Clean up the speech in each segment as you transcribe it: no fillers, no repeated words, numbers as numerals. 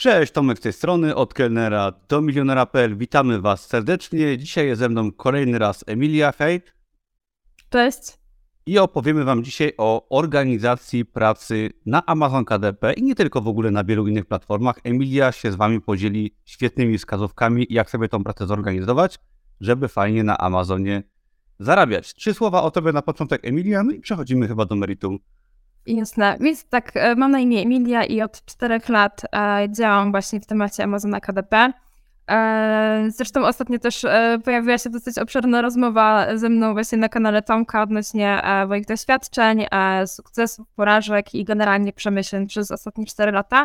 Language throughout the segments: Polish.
Cześć, Tomek z tej strony, od kelnera do milionera.pl. Witamy Was serdecznie. Dzisiaj jest ze mną kolejny raz Emilia, hej. Cześć. I opowiemy Wam dzisiaj o organizacji pracy na Amazon KDP i nie tylko, w ogóle na wielu innych platformach. Emilia się z Wami podzieli świetnymi wskazówkami, jak sobie tą pracę zorganizować, żeby fajnie na Amazonie zarabiać. 3 słowa o Tobie na początek, Emilia, no i przechodzimy chyba do meritum. Jasne. Więc tak, mam na imię Emilia i od 4 lat działam właśnie w temacie Amazona KDP. Zresztą ostatnio też pojawiła się dosyć obszerna rozmowa ze mną właśnie na kanale Tomka odnośnie moich doświadczeń, sukcesów, porażek i generalnie przemyśleń przez ostatnie 4 lata.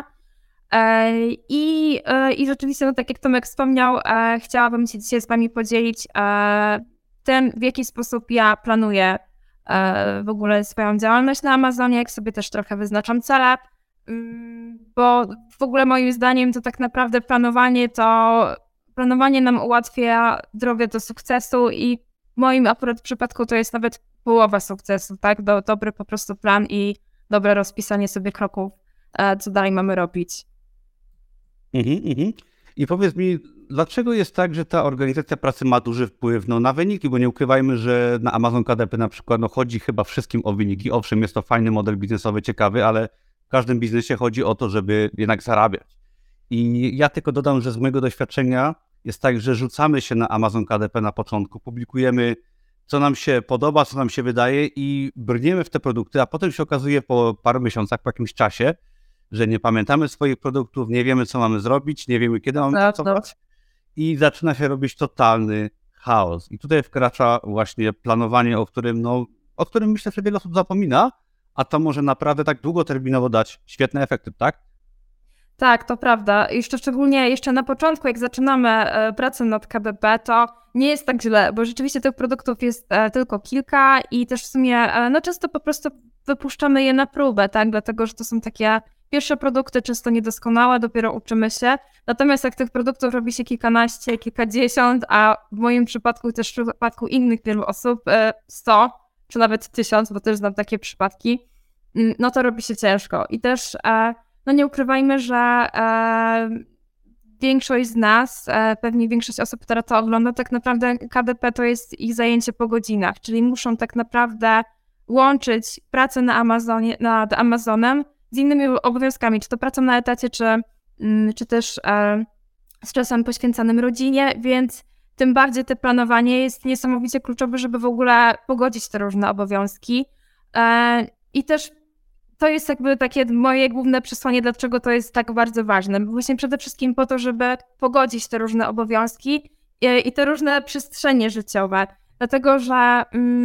I rzeczywiście, no tak jak Tomek wspomniał, chciałabym się dzisiaj z Wami podzielić tym, w jaki sposób ja planuję w ogóle swoją działalność na Amazonie, jak sobie też trochę wyznaczam cele, bo w ogóle moim zdaniem to tak naprawdę planowanie nam ułatwia drogę do sukcesu i w moim akurat przypadku to jest nawet połowa sukcesu, tak? Dobry po prostu plan i dobre rozpisanie sobie kroków, co dalej mamy robić. I powiedz mi, dlaczego jest tak, że ta organizacja pracy ma duży wpływ na wyniki, bo nie ukrywajmy, że na Amazon KDP na przykład chodzi chyba wszystkim o wyniki. Owszem, jest to fajny model biznesowy, ciekawy, ale w każdym biznesie chodzi o to, żeby jednak zarabiać. I ja tylko dodam, że z mojego doświadczenia jest tak, że rzucamy się na Amazon KDP na początku, publikujemy, co nam się podoba, co nam się wydaje i brniemy w te produkty, a potem się okazuje po paru miesiącach, po jakimś czasie, że nie pamiętamy swoich produktów, nie wiemy, co mamy zrobić, nie wiemy, kiedy mamy pracować i zaczyna się robić totalny chaos. I tutaj wkracza właśnie planowanie, o którym myślę, że wiele osób zapomina, a to może naprawdę tak długoterminowo dać świetne efekty, tak? Tak, to prawda. Szczególnie jeszcze na początku, jak zaczynamy pracę nad KDP, to nie jest tak źle, bo rzeczywiście tych produktów jest tylko kilka i też w sumie często po prostu wypuszczamy je na próbę, tak? Dlatego, że to są takie pierwsze produkty, często niedoskonałe, dopiero uczymy się. Natomiast jak tych produktów robi się kilkanaście, kilkadziesiąt, a w moim przypadku też w przypadku innych wielu osób 100 czy nawet 1000, bo też znam takie przypadki, no to robi się ciężko. I też nie ukrywajmy, że większość z nas, pewnie większość osób, która to ogląda, tak naprawdę KDP to jest ich zajęcie po godzinach, czyli muszą tak naprawdę łączyć pracę na Amazonie, nad Amazonem z innymi obowiązkami, czy to pracą na etacie, czy też z czasem poświęcanym rodzinie, więc tym bardziej to planowanie jest niesamowicie kluczowe, żeby w ogóle pogodzić te różne obowiązki. I też to jest jakby takie moje główne przesłanie, dlaczego to jest tak bardzo ważne. Właśnie przede wszystkim po to, żeby pogodzić te różne obowiązki i te różne przestrzenie życiowe. Dlatego, że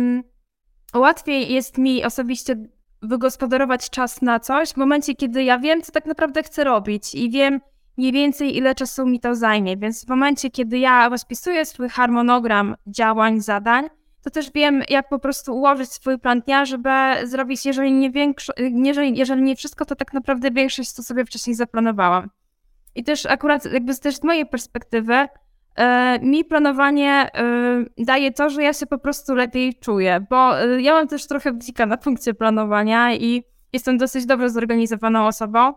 łatwiej jest mi osobiście wygospodarować czas na coś w momencie, kiedy ja wiem, co tak naprawdę chcę robić i wiem mniej więcej, ile czasu mi to zajmie. Więc w momencie, kiedy ja rozpisuję swój harmonogram działań, zadań, to też wiem, jak po prostu ułożyć swój plan dnia, żeby zrobić, jeżeli nie wszystko, to tak naprawdę większość, co sobie wcześniej zaplanowałam. I też akurat jakby też z mojej perspektywy mi planowanie daje to, że ja się po prostu lepiej czuję, bo ja mam też trochę bzika na punkcie planowania i jestem dosyć dobrze zorganizowaną osobą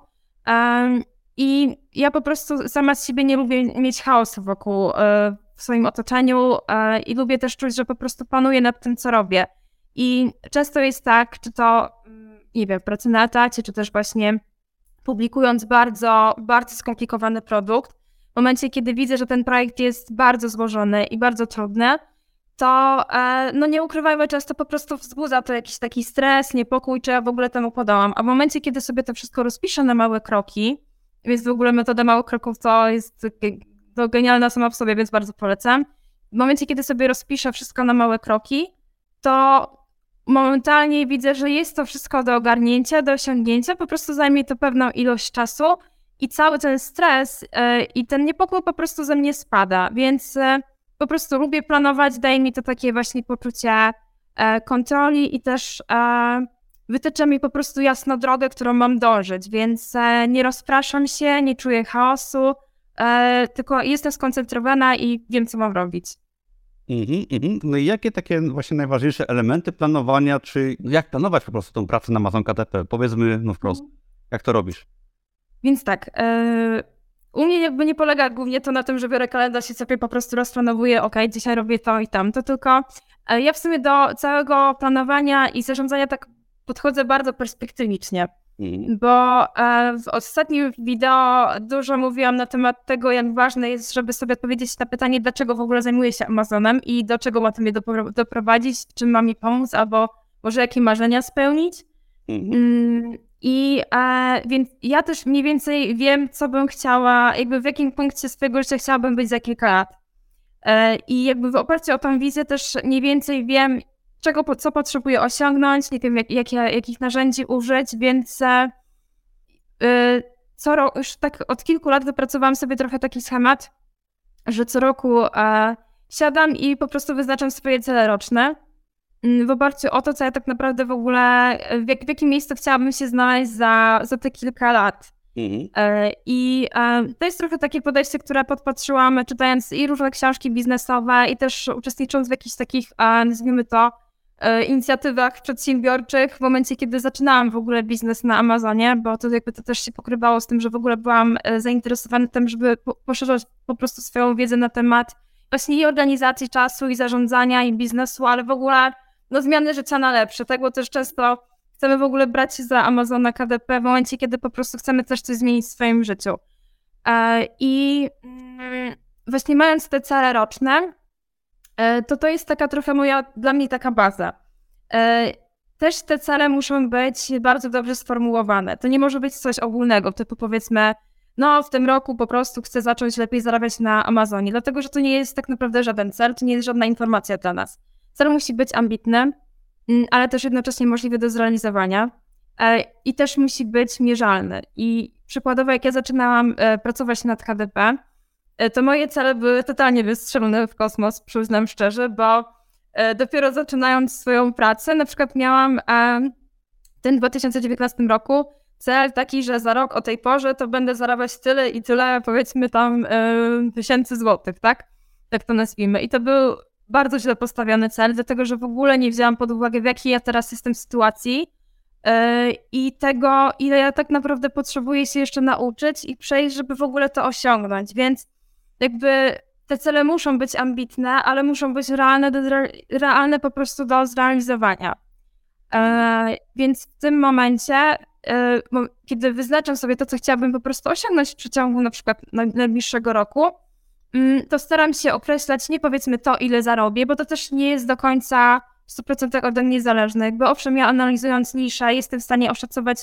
i ja po prostu sama z siebie nie lubię mieć chaosu wokół w swoim otoczeniu i lubię też czuć, że po prostu panuję nad tym, co robię. I często jest tak, czy to, nie wiem, pracy na etacie, czy też właśnie publikując bardzo, bardzo skomplikowany produkt, w momencie, kiedy widzę, że ten projekt jest bardzo złożony i bardzo trudny, to nie ukrywajmy, często po prostu wzbudza to jakiś taki stres, niepokój, czy ja w ogóle temu podołam. A w momencie, kiedy sobie to wszystko rozpiszę na małe kroki, więc w ogóle metoda małych kroków to jest genialna sama w sobie, więc bardzo polecam. W momencie, kiedy sobie rozpiszę wszystko na małe kroki, to momentalnie widzę, że jest to wszystko do ogarnięcia, do osiągnięcia, po prostu zajmie to pewną ilość czasu i cały ten stres i ten niepokój po prostu ze mnie spada, więc po prostu lubię planować, daje mi to takie właśnie poczucie kontroli i też wytycza mi po prostu jasno drogę, którą mam dążyć, więc nie rozpraszam się, nie czuję chaosu, tylko jestem skoncentrowana i wiem, co mam robić. No i jakie takie właśnie najważniejsze elementy planowania, czy jak planować po prostu tą pracę na Amazon KDP? Powiedzmy wprost, jak to robisz? Więc tak, u mnie jakby nie polega głównie to na tym, że biorę kalendarz i sobie po prostu rozplanowuję, okej, dzisiaj robię to i tamto, tylko ja w sumie do całego planowania i zarządzania tak podchodzę bardzo perspektywicznie, bo w ostatnim wideo dużo mówiłam na temat tego, jak ważne jest, żeby sobie odpowiedzieć na pytanie, dlaczego w ogóle zajmuję się Amazonem i do czego ma to mnie doprowadzić, czym ma mi pomóc, albo może jakie marzenia spełnić. Więc ja też mniej więcej wiem, co bym chciała, jakby w jakim punkcie swojego życia chciałabym być za kilka lat. I jakby w oparciu o tą wizję też mniej więcej wiem, co potrzebuję osiągnąć, nie wiem, jakich narzędzi użyć, więc już tak od kilku lat wypracowałam sobie trochę taki schemat, że co roku siadam i po prostu wyznaczam swoje cele roczne w oparciu o to, co ja tak naprawdę w ogóle, w jakim miejscu chciałabym się znaleźć za te kilka lat. I to jest trochę takie podejście, które podpatrzyłam czytając i różne książki biznesowe i też uczestnicząc w jakichś takich, nazwijmy to, inicjatywach przedsiębiorczych w momencie, kiedy zaczynałam w ogóle biznes na Amazonie, bo to jakby to też się pokrywało z tym, że w ogóle byłam zainteresowana tym, żeby poszerzać po prostu swoją wiedzę na temat właśnie i organizacji czasu, i zarządzania, i biznesu, ale w ogóle zmiany życia na lepsze, tak, bo też często chcemy w ogóle brać się za Amazona KDP w momencie, kiedy po prostu chcemy też coś zmienić w swoim życiu. I właśnie mając te cele roczne, to jest taka trochę dla mnie taka baza. Też te cele muszą być bardzo dobrze sformułowane. To nie może być coś ogólnego, typu powiedzmy, w tym roku po prostu chcę zacząć lepiej zarabiać na Amazonie, dlatego że to nie jest tak naprawdę żaden cel, to nie jest żadna informacja dla nas. Cel musi być ambitny, ale też jednocześnie możliwy do zrealizowania i też musi być mierzalny. I przykładowo jak ja zaczynałam pracować nad HDP, to moje cele były totalnie wystrzelone w kosmos, przyznam szczerze, bo dopiero zaczynając swoją pracę, na przykład miałam w tym 2019 roku cel taki, że za rok o tej porze to będę zarabiać tyle i tyle, powiedzmy tam tysięcy złotych, tak? Tak to nazwijmy. I to był bardzo źle postawiony cel, dlatego że w ogóle nie wzięłam pod uwagę, w jakiej ja teraz jestem sytuacji i tego, ile ja tak naprawdę potrzebuję się jeszcze nauczyć i przejść, żeby w ogóle to osiągnąć. Więc jakby te cele muszą być ambitne, ale muszą być realne po prostu do zrealizowania. Więc w tym momencie, kiedy wyznaczam sobie to, co chciałabym po prostu osiągnąć w przeciągu na przykład najbliższego roku, to staram się określać nie powiedzmy to, ile zarobię, bo to też nie jest do końca w 100% ode mnie zależne. Jakby owszem, ja analizując niszę jestem w stanie oszacować,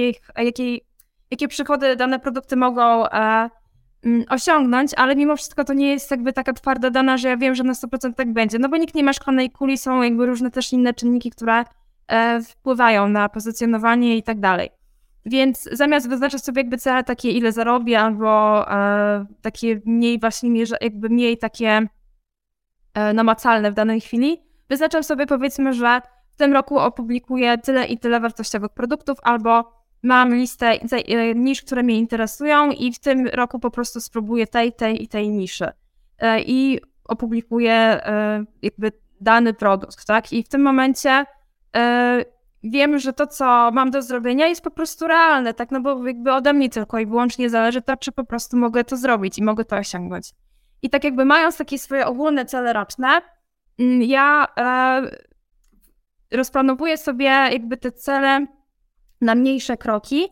jakie przychody dane produkty mogą osiągnąć, ale mimo wszystko to nie jest jakby taka twarda dana, że ja wiem, że na 100% tak będzie, bo nikt nie ma szklanej kuli, są jakby różne też inne czynniki, które wpływają na pozycjonowanie i tak dalej. Więc zamiast wyznaczać sobie jakby cele takie, ile zarobię, albo takie mniej właśnie jakby mniej takie namacalne w danej chwili, wyznaczam sobie powiedzmy, że w tym roku opublikuję tyle i tyle wartościowych produktów, albo mam listę nisz, które mnie interesują i w tym roku po prostu spróbuję tej i tej niszy i opublikuję jakby dany produkt, tak? I w tym momencie wiem, że to, co mam do zrobienia jest po prostu realne, tak? No bo jakby ode mnie tylko i wyłącznie zależy to, czy po prostu mogę to zrobić i mogę to osiągnąć. I tak jakby mając takie swoje ogólne cele roczne, ja rozplanowuję sobie jakby te cele na mniejsze kroki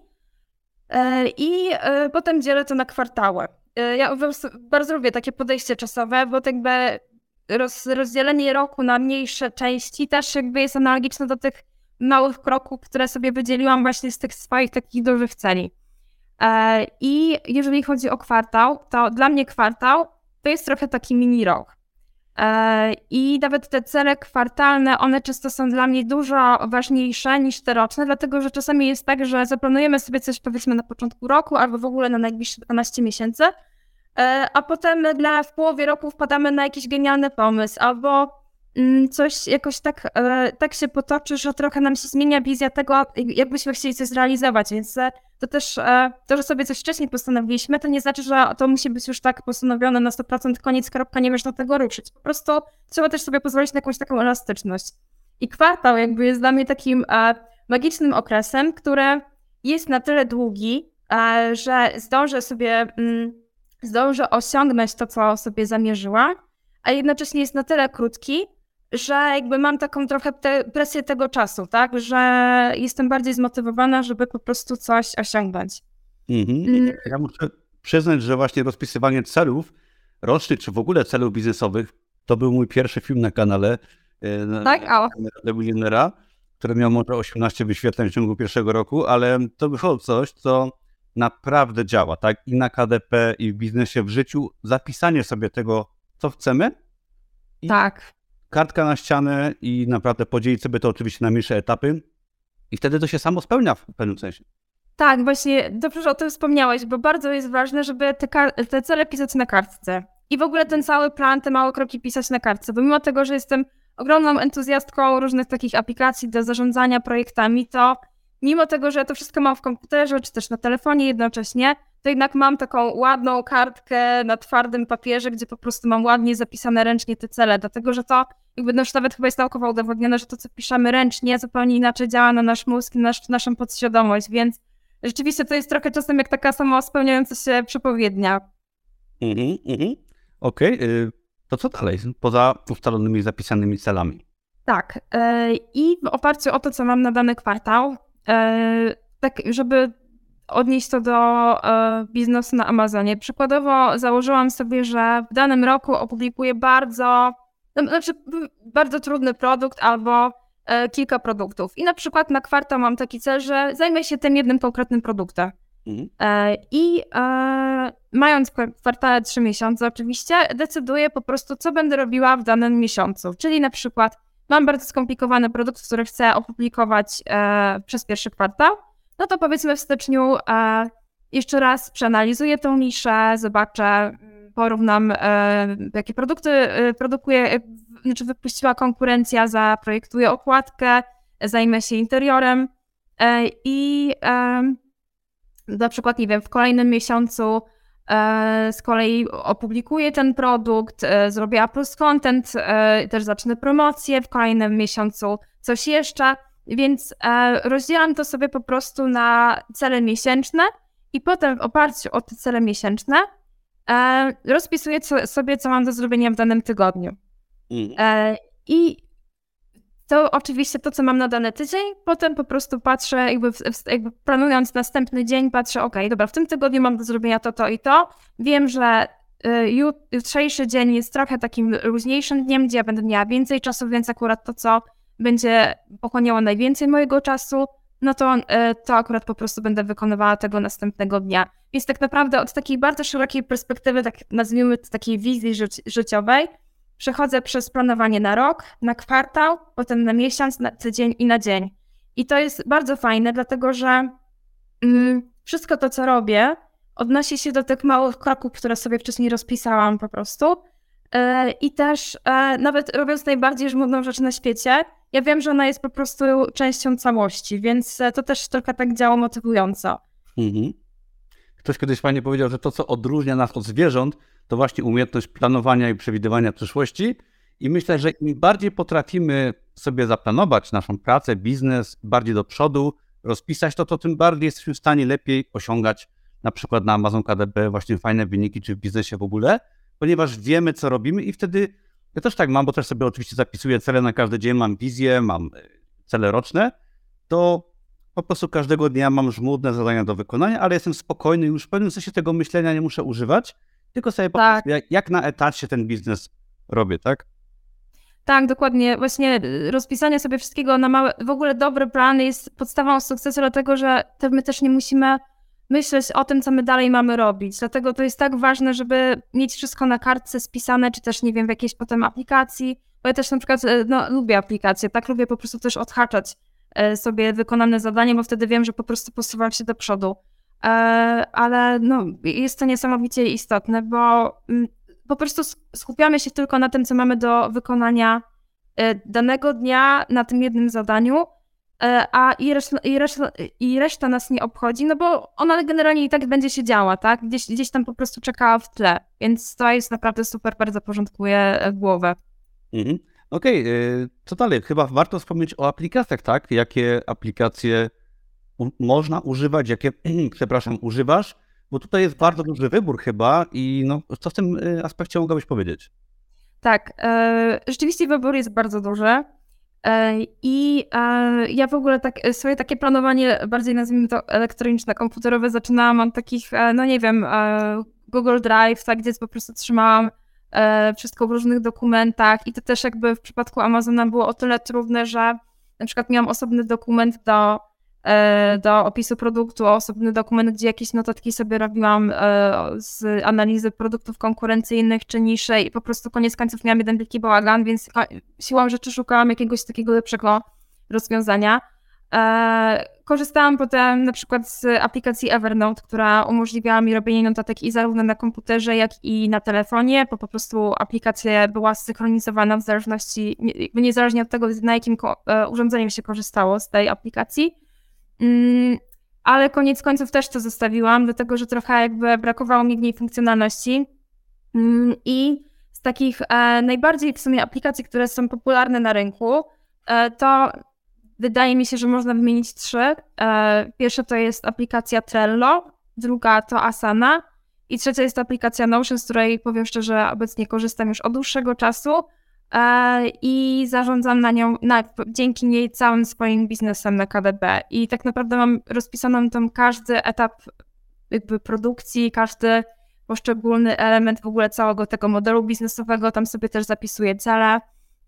i potem dzielę to na kwartały. Ja bardzo lubię takie podejście czasowe, bo tak jakby rozdzielenie roku na mniejsze części też jakby jest analogiczne do tych małych kroków, które sobie wydzieliłam właśnie z tych swoich takich dużych celi. I jeżeli chodzi o kwartał, to dla mnie kwartał to jest trochę taki mini rok. I nawet te cele kwartalne, one często są dla mnie dużo ważniejsze niż te roczne, dlatego że czasami jest tak, że zaplanujemy sobie coś powiedzmy na początku roku albo w ogóle na najbliższe 12 miesięcy, a potem w połowie roku wpadamy na jakiś genialny pomysł albo coś jakoś tak się potoczy, że trochę nam się zmienia wizja tego, jakbyśmy chcieli coś zrealizować, więc to też to, że sobie coś wcześniej postanowiliśmy, to nie znaczy, że to musi być już tak postanowione na 100%, koniec, kropka, nie można tego ruszyć. Po prostu trzeba też sobie pozwolić na jakąś taką elastyczność. I kwartał jakby jest dla mnie takim magicznym okresem, który jest na tyle długi, że zdążę sobie zdąży osiągnąć to, co sobie zamierzyła, a jednocześnie jest na tyle krótki, że jakby mam taką trochę presję tego czasu, tak, że jestem bardziej zmotywowana, żeby po prostu coś osiągnąć. Ja muszę przyznać, że właśnie rozpisywanie celów rocznych, czy w ogóle celów biznesowych, to był mój pierwszy film na kanale Tak? Milionera, który miał może 18 wyświetleń w ciągu pierwszego roku, ale to było coś, co naprawdę działa, tak? I na KDP, i w biznesie, w życiu. Zapisanie sobie tego, co chcemy. I tak. Kartka na ścianę i naprawdę podzielić sobie to oczywiście na mniejsze etapy. I wtedy to się samo spełnia w pewnym sensie. Tak, właśnie dobrze, że o tym wspomniałeś, bo bardzo jest ważne, żeby te cele pisać na kartce. I w ogóle ten cały plan, te małe kroki pisać na kartce. Bo mimo tego, że jestem ogromną entuzjastką różnych takich aplikacji do zarządzania projektami, to mimo tego, że ja to wszystko mam w komputerze, czy też na telefonie jednocześnie, to jednak mam taką ładną kartkę na twardym papierze, gdzie po prostu mam ładnie zapisane ręcznie te cele, dlatego że to jakby już nawet chyba jest naukowo udowodnione, że to, co piszemy ręcznie, zupełnie inaczej działa na nasz mózg i naszą podświadomość, więc rzeczywiście to jest trochę czasem jak taka sama spełniająca się przepowiednia. Okej. To co dalej, poza ustalonymi, zapisanymi celami? Tak. I w oparciu o to, co mam na dany kwartał, tak żeby odnieść to do biznesu na Amazonie. Przykładowo założyłam sobie, że w danym roku opublikuję bardzo trudny produkt albo kilka produktów. I na przykład na kwartał mam taki cel, że zajmę się tym jednym konkretnym produktem. I mając w kwartale 3 miesiące oczywiście, decyduję po prostu, co będę robiła w danym miesiącu. Czyli na przykład mam bardzo skomplikowany produkt, który chcę opublikować przez pierwszy kwartał, no to powiedzmy w styczniu jeszcze raz przeanalizuję tą niszę, zobaczę, porównam, jakie produkty produkuję, znaczy wypuściła konkurencja, zaprojektuję okładkę, zajmę się interiorem i na przykład, nie wiem, w kolejnym miesiącu z kolei opublikuję ten produkt, zrobię plus content, też zacznę promocję, w kolejnym miesiącu coś jeszcze, więc rozdzielam to sobie po prostu na cele miesięczne i potem w oparciu o te cele miesięczne rozpisuję sobie, co mam do zrobienia w danym tygodniu. I to oczywiście to, co mam na dany tydzień, potem po prostu patrzę, jakby planując następny dzień, patrzę, okej, dobra, w tym tygodniu mam do zrobienia to i to. Wiem, że jutrzejszy dzień jest trochę takim luźniejszym dniem, gdzie ja będę miała więcej czasu, więc akurat to, co będzie pochłaniało najwięcej mojego czasu, no to akurat po prostu będę wykonywała tego następnego dnia. Więc tak naprawdę od takiej bardzo szerokiej perspektywy, tak nazwijmy to takiej wizji życiowej, przechodzę przez planowanie na rok, na kwartał, potem na miesiąc, na tydzień i na dzień. I to jest bardzo fajne, dlatego że wszystko to, co robię, odnosi się do tych małych kroków, które sobie wcześniej rozpisałam po prostu. I też nawet robiąc najbardziej żmudną rzecz na świecie, ja wiem, że ona jest po prostu częścią całości, więc to też trochę tak działa motywująco. Ktoś kiedyś fajnie powiedział, że to, co odróżnia nas od zwierząt, to właśnie umiejętność planowania i przewidywania przyszłości. I myślę, że im bardziej potrafimy sobie zaplanować naszą pracę, biznes, bardziej do przodu, rozpisać to, tym bardziej jesteśmy w stanie lepiej osiągać na przykład na Amazon KDP właśnie fajne wyniki, czy w biznesie w ogóle, ponieważ wiemy, co robimy i wtedy, ja też tak mam, bo też sobie oczywiście zapisuję cele na każdy dzień, mam wizję, mam cele roczne, to po prostu każdego dnia mam żmudne zadania do wykonania, ale jestem spokojny, już w pewnym sensie tego myślenia nie muszę używać, tylko sobie po prostu jak na etacie ten biznes robię, tak? Tak, dokładnie. Właśnie rozpisanie sobie wszystkiego na małe, w ogóle dobry plan jest podstawą sukcesu, dlatego że my też nie musimy myśleć o tym, co my dalej mamy robić. Dlatego to jest tak ważne, żeby mieć wszystko na kartce spisane, czy też, nie wiem, w jakiejś potem aplikacji, bo ja też na przykład lubię aplikacje, tak, lubię po prostu też odhaczać sobie wykonane zadanie, bo wtedy wiem, że po prostu posuwam się do przodu. Ale jest to niesamowicie istotne, bo po prostu skupiamy się tylko na tym, co mamy do wykonania danego dnia, na tym jednym zadaniu, a reszta nas nie obchodzi, no bo ona generalnie i tak będzie się działa, tak? Gdzieś tam po prostu czekała w tle, więc to jest naprawdę super, bardzo porządkuje głowę. Okej, co dalej? Chyba warto wspomnieć o aplikacjach, tak? Jakie aplikacje można używać, jakie, używasz, Bo tutaj jest bardzo duży wybór chyba i no, co w tym aspekcie mogłabyś powiedzieć? Tak, rzeczywiście wybór jest bardzo duży. I ja w ogóle swoje takie planowanie, bardziej nazwijmy to elektroniczne, komputerowe, zaczynałam od takich, no nie wiem, Google Drive, tak, gdzie po prostu trzymałam wszystko w różnych dokumentach i to też jakby w przypadku Amazona było o tyle trudne, że na przykład miałam osobny dokument do opisu produktu, osobny dokument, gdzie jakieś notatki sobie robiłam z analizy produktów konkurencyjnych czy niższej i po prostu koniec końców miałam jeden wielki bałagan, więc siłą rzeczy szukałam jakiegoś takiego lepszego rozwiązania. Korzystałam potem na przykład z aplikacji Evernote, która umożliwiała mi robienie notatek i zarówno na komputerze, jak i na telefonie, bo po prostu aplikacja była zsynchronizowana w zależności, niezależnie od tego, na jakim urządzeniem się korzystało z tej aplikacji. Ale koniec końców też to zostawiłam, dlatego że trochę jakby brakowało mi w niej funkcjonalności. I z takich najbardziej w sumie aplikacji, które są popularne na rynku, to wydaje mi się, że można wymienić 3. Pierwsza to jest aplikacja Trello, druga to Asana i trzecia jest aplikacja Notion, z której powiem szczerze, obecnie korzystam już od dłuższego czasu i zarządzam dzięki niej całym swoim biznesem na KDP. I tak naprawdę mam rozpisaną tam każdy etap jakby produkcji, każdy poszczególny element w ogóle całego tego modelu biznesowego, tam sobie też zapisuję cele.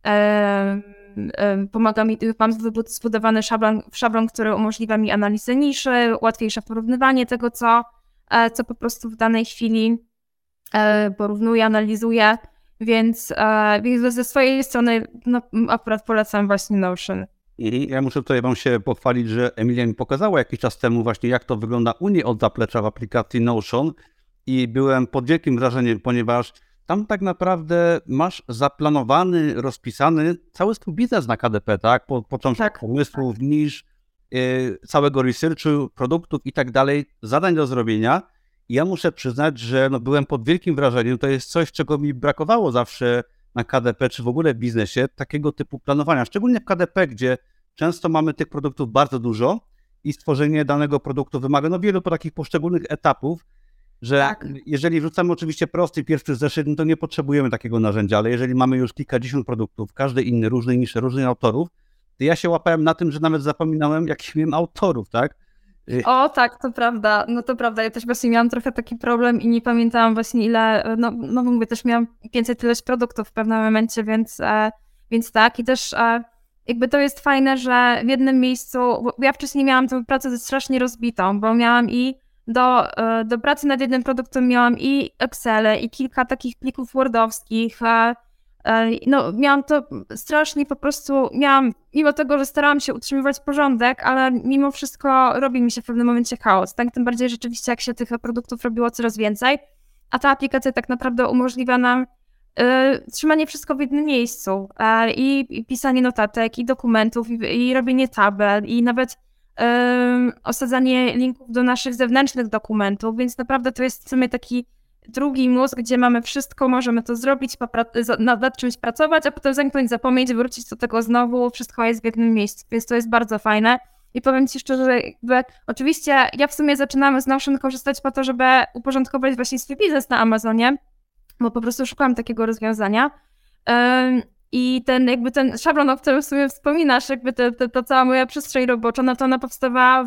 Pomaga mi, mam zbudowany szablon, który umożliwia mi analizę niszy, łatwiejsze porównywanie tego, co po prostu w danej chwili porównuję, analizuję, więc ze swojej strony no, akurat polecam właśnie Notion. Ja muszę tutaj wam się pochwalić, że Emilia mi pokazała jakiś czas temu właśnie, jak to wygląda u niej od zaplecza w aplikacji Notion i byłem pod wielkim wrażeniem, ponieważ tam tak naprawdę masz zaplanowany, rozpisany cały swój biznes na KDP, tak? Począwszy od pomysłów, niż całego researchu, produktów i tak dalej, zadań do zrobienia. I ja muszę przyznać, że no, byłem pod wielkim wrażeniem. To jest coś, czego mi brakowało zawsze na KDP, czy w ogóle w biznesie, takiego typu planowania. Szczególnie w KDP, gdzie często mamy tych produktów bardzo dużo i stworzenie danego produktu wymaga no, wielu takich poszczególnych etapów, że jeżeli wrzucamy oczywiście prosty pierwszy zeszyt, no to nie potrzebujemy takiego narzędzia, ale jeżeli mamy już kilkadziesiąt produktów, każdy inny, różnej niszy, różnych autorów, to ja się łapałem na tym, że nawet zapominałem, jakich miałem autorów, tak? O tak, to prawda, no to prawda, ja też właśnie miałam trochę taki problem i nie pamiętałam właśnie ile, no mówię, też miałam 500 ileś produktów w pewnym momencie, więc tak i też jakby to jest fajne, że w jednym miejscu, bo ja wcześniej miałam tę pracę strasznie rozbitą, bo miałam i do pracy nad jednym produktem miałam i Excel i kilka takich plików wordowskich, no miałam to strasznie po prostu, mimo tego, że starałam się utrzymywać porządek, ale mimo wszystko robi mi się w pewnym momencie chaos, tak? Tym bardziej rzeczywiście jak się tych produktów robiło coraz więcej, a ta aplikacja tak naprawdę umożliwia nam trzymanie wszystko w jednym miejscu i pisanie notatek, i dokumentów, i robienie tabel, i nawet osadzanie linków do naszych zewnętrznych dokumentów, więc naprawdę to jest w sumie taki drugi mózg, gdzie mamy wszystko, możemy to zrobić, nad czymś pracować, a potem zamknąć, zapomnieć, wrócić do tego znowu, wszystko jest w jednym miejscu, więc to jest bardzo fajne. I powiem Ci szczerze, że jakby, oczywiście ja w sumie zaczynam z Notion korzystać po to, żeby uporządkować właśnie swój biznes na Amazonie, bo po prostu szukałam takiego rozwiązania. I ten szablon, o którym w sumie wspominasz, jakby to cała moja przestrzeń robocza, no to ona powstawała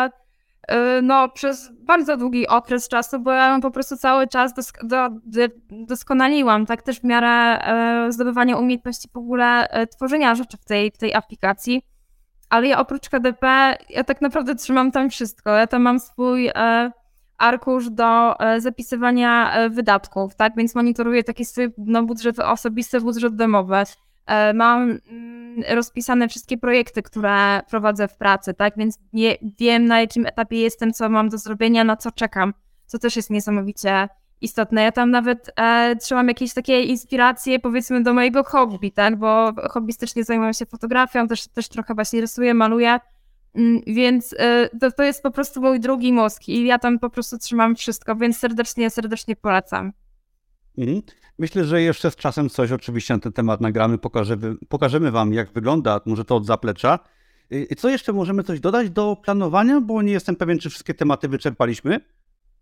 przez bardzo długi okres czasu, bo ja ją po prostu cały czas doskonaliłam, tak też w miarę zdobywania umiejętności w ogóle tworzenia rzeczy w tej aplikacji. Ale ja oprócz KDP, ja tak naprawdę trzymam tam wszystko. Ja tam mam swój arkusz do zapisywania wydatków, tak? Więc monitoruję taki swój budżet osobisty, budżet domowy. Mam rozpisane wszystkie projekty, które prowadzę w pracy, tak? Więc wiem, na jakim etapie jestem, co mam do zrobienia, na co czekam, co też jest niesamowicie istotne. Ja tam nawet trzymam jakieś takie inspiracje, powiedzmy, do mojego hobby, tak? Bo hobbystycznie zajmuję się fotografią, też trochę właśnie rysuję, maluję, więc to jest po prostu mój drugi mózg i ja tam po prostu trzymam wszystko, więc serdecznie polecam. Myślę, że jeszcze z czasem coś oczywiście na ten temat nagramy, pokażemy wam, jak wygląda, może to od zaplecza. Co jeszcze możemy coś dodać do planowania, bo nie jestem pewien, czy wszystkie tematy wyczerpaliśmy.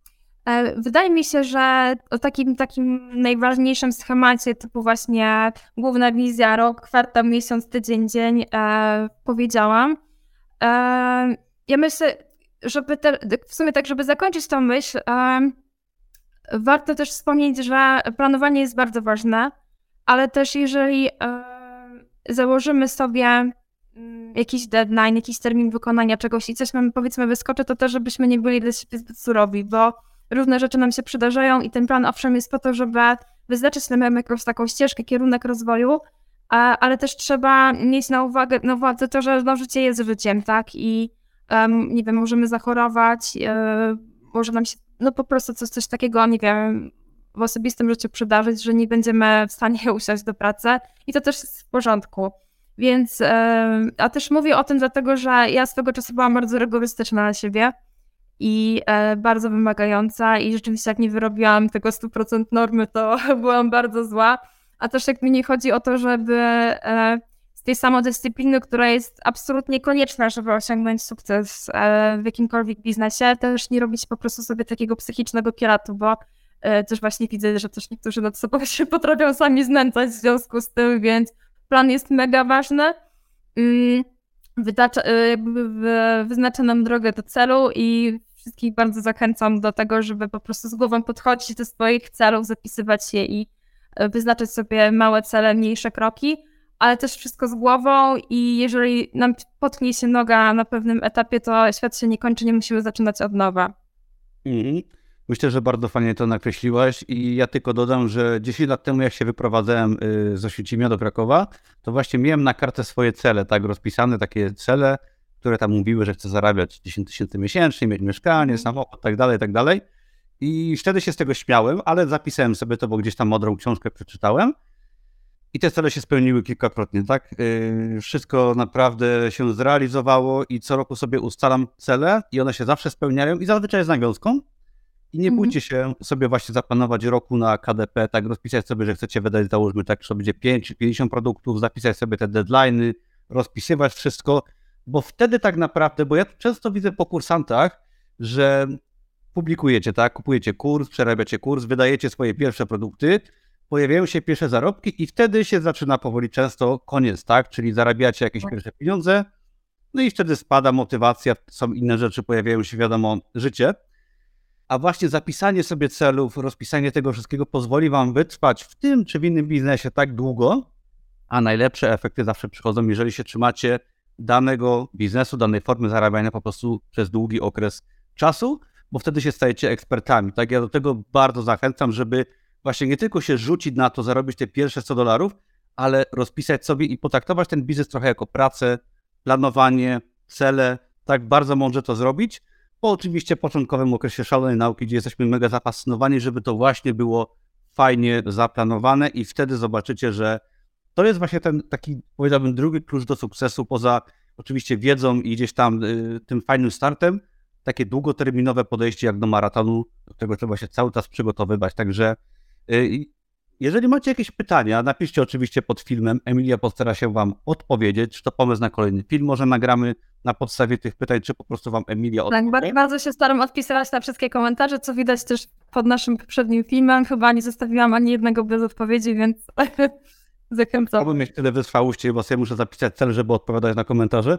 Wydaje mi się, że o takim najważniejszym schemacie typu właśnie główna wizja, rok, kwartał, miesiąc, tydzień, dzień powiedziałam. Ja myślę, w sumie tak, żeby zakończyć tą myśl, warto też wspomnieć, że planowanie jest bardzo ważne, ale też jeżeli założymy sobie jakiś deadline, jakiś termin wykonania czegoś i coś nam, powiedzmy, wyskoczy, to też, żebyśmy nie byli dla siebie zbyt surowi, bo różne rzeczy nam się przydarzają i ten plan owszem jest po to, żeby wyznaczyć nam jakąś taką ścieżkę, kierunek rozwoju, ale też trzeba mieć na uwadze to, że no, życie jest życiem, tak? I nie wiem, możemy zachorować, może nam się no po prostu coś takiego, nie wiem, w osobistym życiu przydarzyć, że nie będziemy w stanie usiąść do pracy i to też jest w porządku. Więc, a też mówię o tym dlatego, że ja swego czasu byłam bardzo rygorystyczna na siebie i bardzo wymagająca i rzeczywiście jak nie wyrobiłam tego 100% normy, to byłam bardzo zła. A też jak mi nie chodzi o to, żeby z tej samodyscypliny, która jest absolutnie konieczna, żeby osiągnąć sukces w jakimkolwiek biznesie, też nie robić po prostu sobie takiego psychicznego piratu, bo też właśnie widzę, że też niektórzy nad sobą się potrafią sami znęcać w związku z tym, więc plan jest mega ważny. Wyznacza nam drogę do celu i wszystkich bardzo zachęcam do tego, żeby po prostu z głową podchodzić do swoich celów, zapisywać je i wyznaczać sobie małe cele, mniejsze kroki, ale też wszystko z głową i jeżeli nam potknie się noga na pewnym etapie, to świat się nie kończy, nie musimy zaczynać od nowa. Myślę, że bardzo fajnie to nakreśliłaś i ja tylko dodam, że 10 lat temu jak się wyprowadzałem z Oświęcimia do Krakowa, to właśnie miałem na kartę swoje cele, tak, rozpisane takie cele, które tam mówiły, że chcę zarabiać 10 000 miesięcznie, mieć mieszkanie, samochód, tak dalej, tak dalej. I wtedy się z tego śmiałem, ale zapisałem sobie to, bo gdzieś tam mądrą książkę przeczytałem i te cele się spełniły kilkakrotnie, tak? Wszystko naprawdę się zrealizowało i co roku sobie ustalam cele i one się zawsze spełniają i zazwyczaj z nawiązką. I nie bójcie się sobie właśnie zaplanować roku na KDP, tak rozpisać sobie, że chcecie wydać, załóżmy tak, że to będzie 5 czy 50 produktów, zapisać sobie te deadline'y, rozpisywać wszystko, bo wtedy tak naprawdę, bo ja często widzę po kursantach, że publikujecie, tak, kupujecie kurs, przerabiacie kurs, wydajecie swoje pierwsze produkty, pojawiają się pierwsze zarobki i wtedy się zaczyna powoli często koniec, tak, czyli zarabiacie jakieś pierwsze pieniądze, no i wtedy spada motywacja, są inne rzeczy, pojawiają się, wiadomo, życie. A właśnie zapisanie sobie celów, rozpisanie tego wszystkiego pozwoli wam wytrwać w tym czy w innym biznesie tak długo, a najlepsze efekty zawsze przychodzą, jeżeli się trzymacie danego biznesu, danej formy zarabiania po prostu przez długi okres czasu, bo wtedy się stajecie ekspertami. Tak, ja do tego bardzo zachęcam, żeby właśnie nie tylko się rzucić na to, zarobić te pierwsze $100, ale rozpisać sobie i potraktować ten biznes trochę jako pracę, planowanie, cele, tak bardzo mądrze to zrobić, po oczywiście początkowym okresie szalonej nauki, gdzie jesteśmy mega zafascynowani, żeby to właśnie było fajnie zaplanowane i wtedy zobaczycie, że to jest właśnie ten taki, powiedziałbym, drugi klucz do sukcesu, poza oczywiście wiedzą i gdzieś tam tym fajnym startem, takie długoterminowe podejście jak do maratonu, do którego trzeba się cały czas przygotowywać. Także jeżeli macie jakieś pytania, napiszcie oczywiście pod filmem, Emilia postara się wam odpowiedzieć, czy to pomysł na kolejny film może nagramy na podstawie tych pytań, czy po prostu wam Emilia odpowie. Tak, bardzo się staram odpisywać na wszystkie komentarze, co widać też pod naszym poprzednim filmem. Chyba nie zostawiłam ani jednego bez odpowiedzi, więc zachęcam. Chciałbym mieć tyle wytrwałości, bo sobie muszę zapisać cel, żeby odpowiadać na komentarze.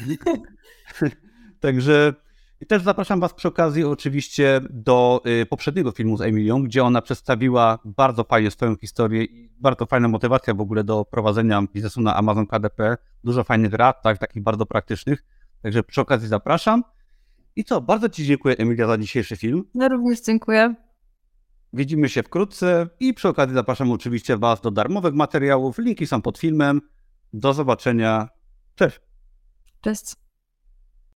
Także i też zapraszam was przy okazji oczywiście do poprzedniego filmu z Emilią, gdzie ona przedstawiła bardzo fajnie swoją historię i bardzo fajna motywacja w ogóle do prowadzenia biznesu na Amazon KDP. Dużo fajnych rad, tak, takich bardzo praktycznych. Także przy okazji zapraszam. I co, bardzo ci dziękuję, Emilia, za dzisiejszy film. Ja również dziękuję. Widzimy się wkrótce i przy okazji zapraszam oczywiście was do darmowych materiałów. Linki są pod filmem. Do zobaczenia. Cześć. Cześć.